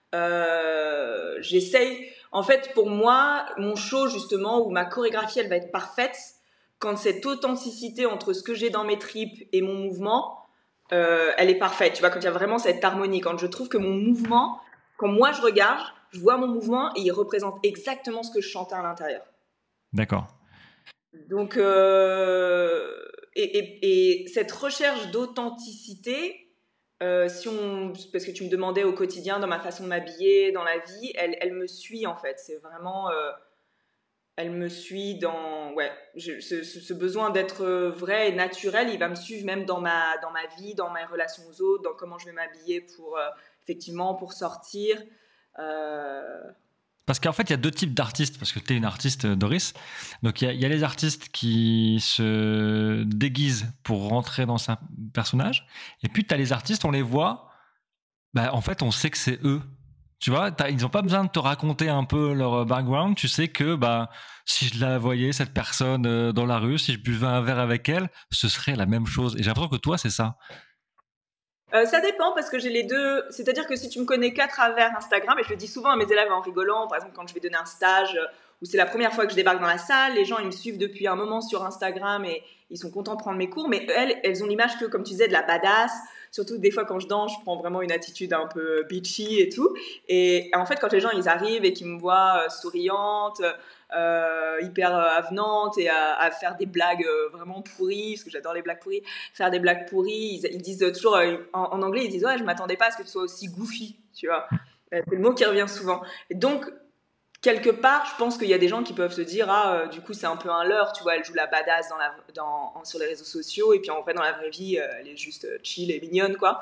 J'essaye. En fait, pour moi, mon show, justement, où ma chorégraphie, elle va être parfaite, quand cette authenticité entre ce que j'ai dans mes tripes et mon mouvement, elle est parfaite. Tu vois, quand il y a vraiment cette harmonie, quand je trouve que mon mouvement, quand moi je regarde, je vois mon mouvement et il représente exactement ce que je chantais à l'intérieur. D'accord. Donc, et cette recherche d'authenticité, parce que tu me demandais au quotidien, dans ma façon de m'habiller, dans la vie, elle me suit en fait. C'est vraiment, elle me suit dans, ouais, ce besoin d'être vrai et naturel, il va me suivre même dans ma vie, dans mes relations aux autres, dans comment je vais m'habiller pour, effectivement, pour sortir. Parce qu'en fait, il y a deux types d'artistes, parce que tu es une artiste, Doris. Donc, il y a les artistes qui se déguisent pour rentrer dans un personnage. Et puis, tu as les artistes, on les voit, bah, en fait, on sait que c'est eux. Tu vois, ils n'ont pas besoin de te raconter un peu leur background. Tu sais que bah, si je la voyais, cette personne, dans la rue, si je buvais un verre avec elle, ce serait la même chose. Et j'ai l'impression que toi, c'est ça. Ça dépend parce que j'ai les deux. C'est-à-dire que si tu me connais qu'à travers Instagram, et je le dis souvent à mes élèves en rigolant, par exemple quand je vais donner un stage où c'est la première fois que je débarque dans la salle, les gens ils me suivent depuis un moment sur Instagram et ils sont contents de prendre mes cours, mais elles ont l'image que, comme tu disais, de la badass. Surtout des fois quand je danse, je prends vraiment une attitude un peu bitchy et tout. Et en fait, quand les gens ils arrivent et qu'ils me voient souriante, hyper avenante et à faire des blagues vraiment pourries, parce que j'adore les blagues pourries, faire des blagues pourries, ils disent toujours, en anglais, ils disent ouais, je m'attendais pas à ce que tu sois aussi goofy, tu vois. C'est le mot qui revient souvent. Et donc, quelque part, je pense qu'il y a des gens qui peuvent se dire du coup, c'est un peu un leurre, tu vois, elle joue la badass sur les réseaux sociaux, et puis en vrai, dans la vraie vie, elle est juste chill et mignonne, quoi.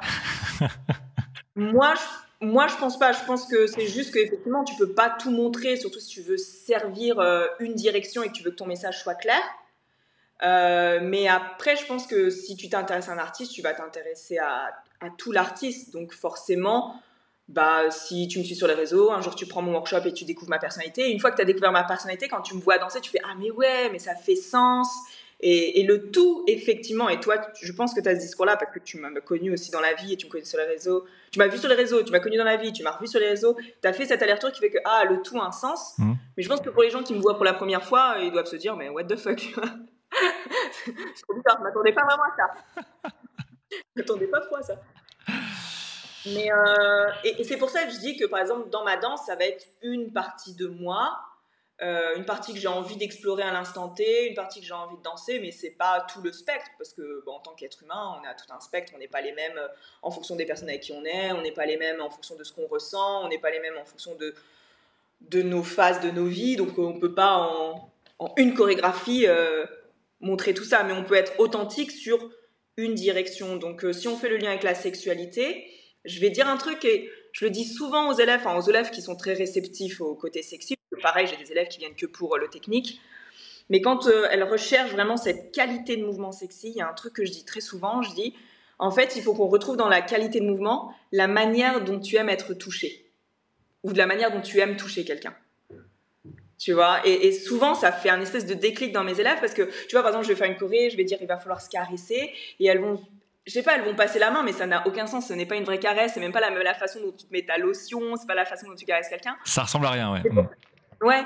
Moi, je pense pas. Je pense que c'est juste qu'effectivement, tu peux pas tout montrer, surtout si tu veux servir une direction et que tu veux que ton message soit clair. Mais après, je pense que si tu t'intéresses à un artiste, tu vas t'intéresser à tout l'artiste. Donc forcément, bah, si tu me suis sur les réseaux, un jour tu prends mon workshop et tu découvres ma personnalité. Et une fois que tu as découvert ma personnalité, quand tu me vois danser, tu fais « Ah mais ouais, mais ça fait sens !» Et le tout, effectivement, et toi, je pense que tu as ce discours-là parce que tu m'as connu aussi dans la vie et tu me connais sur les réseaux. Tu m'as vu sur les réseaux, tu m'as connu dans la vie, tu m'as revu sur les réseaux. Tu as fait cet aller-retour qui fait que le tout a un sens. Mais je pense que pour les gens qui me voient pour la première fois, ils doivent se dire « Mais what the fuck ?» C'est trop bizarre, je m'attendais pas vraiment à ça. Je m'attendais pas trop à ça. Mais et c'est pour ça que je dis que, par exemple, dans ma danse, ça va être une partie de moi, une partie que j'ai envie d'explorer à l'instant T, une partie que j'ai envie de danser, mais c'est pas tout le spectre, parce que en tant qu'être humain, on a tout un spectre, on n'est pas les mêmes en fonction des personnes avec qui on n'est pas les mêmes en fonction de ce qu'on ressent, on n'est pas les mêmes en fonction de nos phases de nos vies, donc on peut pas en une chorégraphie montrer tout ça, mais on peut être authentique sur une direction. Donc si on fait le lien avec la sexualité, je vais dire un truc et je le dis souvent aux élèves qui sont très réceptifs au côté sexy. Pareil, j'ai des élèves qui viennent que pour le technique. Mais quand elles recherchent vraiment cette qualité de mouvement sexy, il y a un truc que je dis très souvent, je dis, en fait, il faut qu'on retrouve dans la qualité de mouvement la manière dont tu aimes être touché. Ou de la manière dont tu aimes toucher quelqu'un. Tu vois, et souvent ça fait un espèce de déclic dans mes élèves parce que tu vois, par exemple, je vais faire une choré, je vais dire il va falloir se caresser et elles vont, je sais pas, elles vont passer la main, mais ça n'a aucun sens, ce n'est pas une vraie caresse, c'est même pas la façon dont tu te mets ta lotion, c'est pas la façon dont tu caresses quelqu'un. Ça ressemble à rien, ouais. Ouais,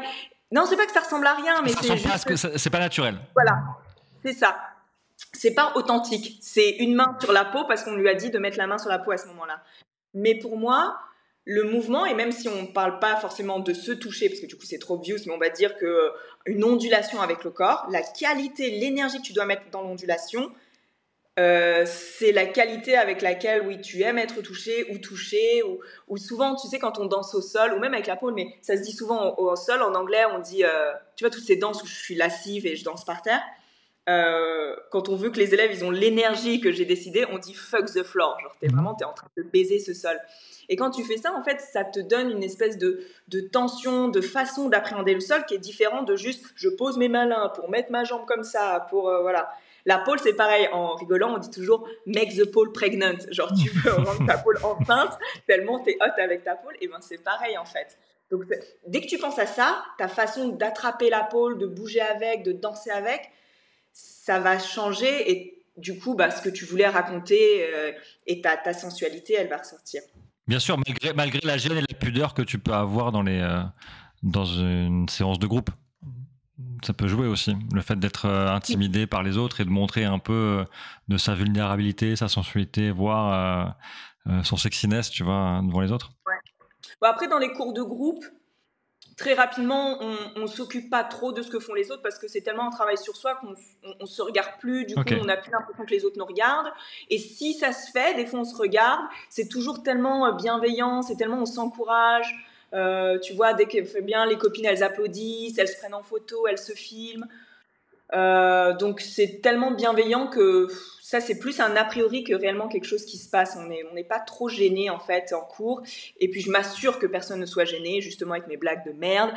Non, c'est pas que ça ressemble à rien, mais c'est juste que c'est pas naturel. Voilà, c'est ça. C'est pas authentique. C'est une main sur la peau parce qu'on lui a dit de mettre la main sur la peau à ce moment-là. Mais pour moi, le mouvement, et même si on ne parle pas forcément de se toucher, parce que du coup c'est trop obvious, mais on va dire qu'une ondulation avec le corps, la qualité, l'énergie que tu dois mettre dans l'ondulation, c'est la qualité avec laquelle, oui, tu aimes être touché, ou souvent, tu sais, quand on danse au sol, ou même avec la pole, mais ça se dit souvent au sol, en anglais, on dit, tu vois, toutes ces danses où je suis lascive et je danse par terre, quand on veut que les élèves, ils ont l'énergie que j'ai décidé, on dit fuck the floor, genre t'es en train de baiser ce sol. Et quand tu fais ça, en fait, ça te donne une espèce de tension, de façon d'appréhender le sol qui est différente de juste je pose mes mains là pour mettre ma jambe comme ça, pour voilà. La pole, c'est pareil. En rigolant, on dit toujours make the pole pregnant. Genre, tu veux rendre ta pole enceinte tellement t'es hot avec ta pole. Et ben, c'est pareil en fait. Donc, dès que tu penses à ça, ta façon d'attraper la pole, de bouger avec, de danser avec, ça va changer et du coup, ce que tu voulais raconter et ta sensualité, elle va ressortir. Bien sûr, malgré la gêne et la pudeur que tu peux avoir dans une séance de groupe. Ça peut jouer aussi, le fait d'être intimidé par les autres et de montrer un peu de sa vulnérabilité, sa sensualité, voire son sexiness, tu vois, devant les autres. Ouais. Bon, après, dans les cours de groupe, très rapidement, on s'occupe pas trop de ce que font les autres parce que c'est tellement un travail sur soi qu'on se regarde plus. Du coup, on n'a plus l'impression que les autres nous regardent. Et si ça se fait, des fois on se regarde, c'est toujours tellement bienveillant, c'est tellement on s'encourage. Tu vois, dès qu'elle fait bien, les copines, elles applaudissent, elles se prennent en photo, elles se filment. Donc c'est tellement bienveillant que ça c'est plus un a priori que réellement quelque chose qui se passe. On n'est pas trop gêné en fait en cours. Et puis je m'assure que personne ne soit gêné, justement avec mes blagues de merde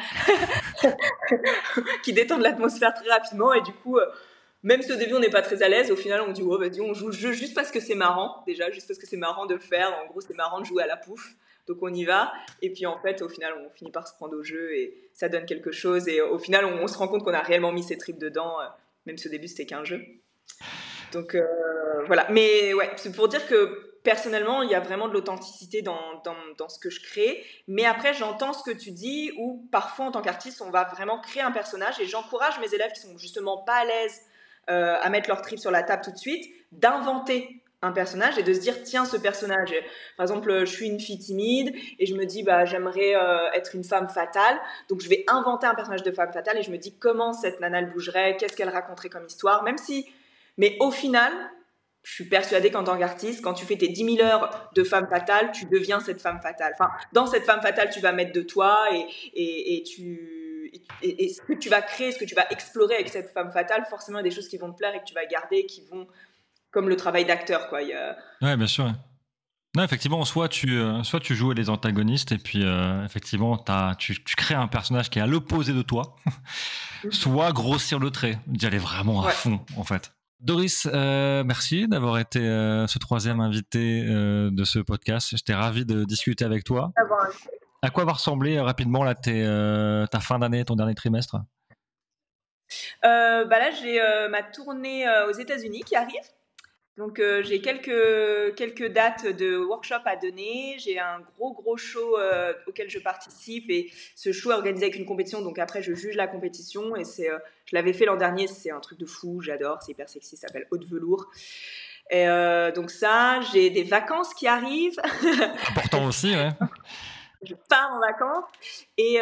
qui détendent l'atmosphère très rapidement. Et du coup, même si au début on n'est pas très à l'aise, au final on dit oh vas-y on joue le jeu juste parce que c'est marrant. Déjà juste parce que c'est marrant de le faire. En gros c'est marrant de jouer à la pouffe. Donc on y va, et puis en fait au final on finit par se prendre au jeu et ça donne quelque chose, et au final on se rend compte qu'on a réellement mis ses tripes dedans, même si au début c'était qu'un jeu. Donc voilà, mais ouais, c'est pour dire que personnellement il y a vraiment de l'authenticité dans ce que je crée, mais après j'entends ce que tu dis, où parfois en tant qu'artiste on va vraiment créer un personnage, et j'encourage mes élèves qui sont justement pas à l'aise à mettre leurs tripes sur la table tout de suite, d'inventer un personnage et de se dire tiens ce personnage, par exemple je suis une fille timide et je me dis j'aimerais être une femme fatale, donc je vais inventer un personnage de femme fatale et je me dis comment cette nana elle bougerait, qu'est-ce qu'elle raconterait comme histoire, mais au final je suis persuadée qu'en tant qu'artiste, quand tu fais tes 10 000 heures de femme fatale, tu deviens cette femme fatale. Enfin, dans cette femme fatale, tu vas mettre de toi et ce que tu vas créer, ce que tu vas explorer avec cette femme fatale, forcément il y a des choses qui vont te plaire et que tu vas garder, qui vont comme le travail d'acteur, quoi. Ouais, bien sûr. Non, effectivement, soit tu joues les antagonistes et puis effectivement tu crées un personnage qui est à l'opposé de toi, soit grossir le trait, d'y aller vraiment à fond en fait. Doris, merci d'avoir été ce troisième invité de ce podcast. J'étais ravi de discuter avec toi. À quoi va ressembler rapidement là, ta fin d'année, ton dernier trimestre? Là, j'ai ma tournée aux États-Unis qui arrive. Donc j'ai quelques dates de workshop à donner. J'ai un gros show auquel je participe, et ce show est organisé avec une compétition. Donc après je juge la compétition, et je l'avais fait l'an dernier. C'est un truc de fou, j'adore. C'est hyper sexy, ça s'appelle Haute Velours. Et donc ça, j'ai des vacances qui arrivent. Important aussi, ouais. Je pars en vacances et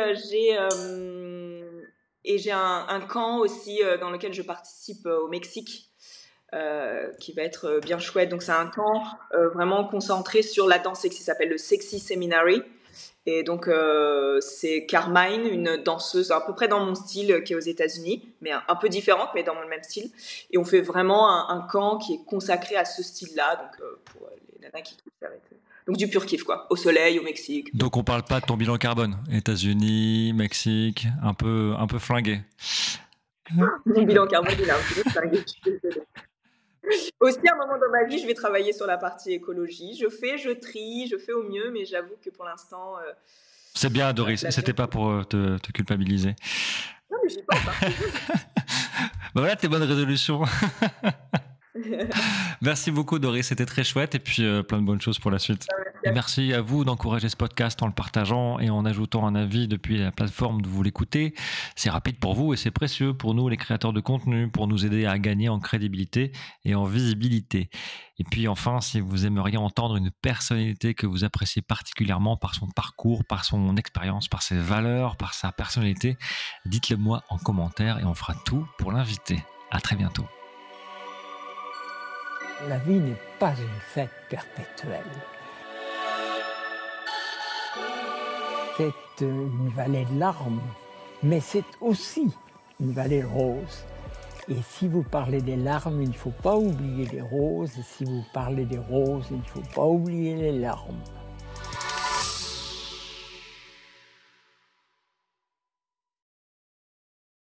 j'ai un camp aussi dans lequel je participe au Mexique. Qui va être bien chouette. Donc c'est un camp vraiment concentré sur la danse sexy, ça s'appelle le Sexy Seminary, et donc c'est Carmine, une danseuse à peu près dans mon style, qui est aux États-Unis, mais un peu différente, mais dans le même style, et on fait vraiment un camp qui est consacré à ce style-là, donc pour les nanas qui kiffent, ça va être donc du pur kiff, quoi, au soleil, au Mexique. Donc on parle pas de ton bilan carbone, États-Unis, Mexique, un peu flingué. Mon bilan carbone il est un peu flingué. Aussi, à un moment dans ma vie, je vais travailler sur la partie écologie. Je trie, je fais au mieux, mais j'avoue que pour l'instant... c'est bien, Doris. C'était pas pour te culpabiliser. Non, mais j'y pense. Voilà tes bonnes résolutions. Merci beaucoup Doris, c'était très chouette et puis plein de bonnes choses pour la suite. Et merci à vous d'encourager ce podcast en le partageant et en ajoutant un avis depuis la plateforme où vous l'écoutez. C'est rapide pour vous et c'est précieux pour nous les créateurs de contenu pour nous aider à gagner en crédibilité et en visibilité. Et puis enfin, si vous aimeriez entendre une personnalité que vous appréciez particulièrement par son parcours, par son expérience, par ses valeurs, par sa personnalité, dites-le moi en commentaire et on fera tout pour l'inviter. À très bientôt. La vie n'est pas une fête perpétuelle. C'est une vallée de larmes, mais c'est aussi une vallée rose. Et si vous parlez des larmes, il ne faut pas oublier les roses. Et si vous parlez des roses, il ne faut pas oublier les larmes.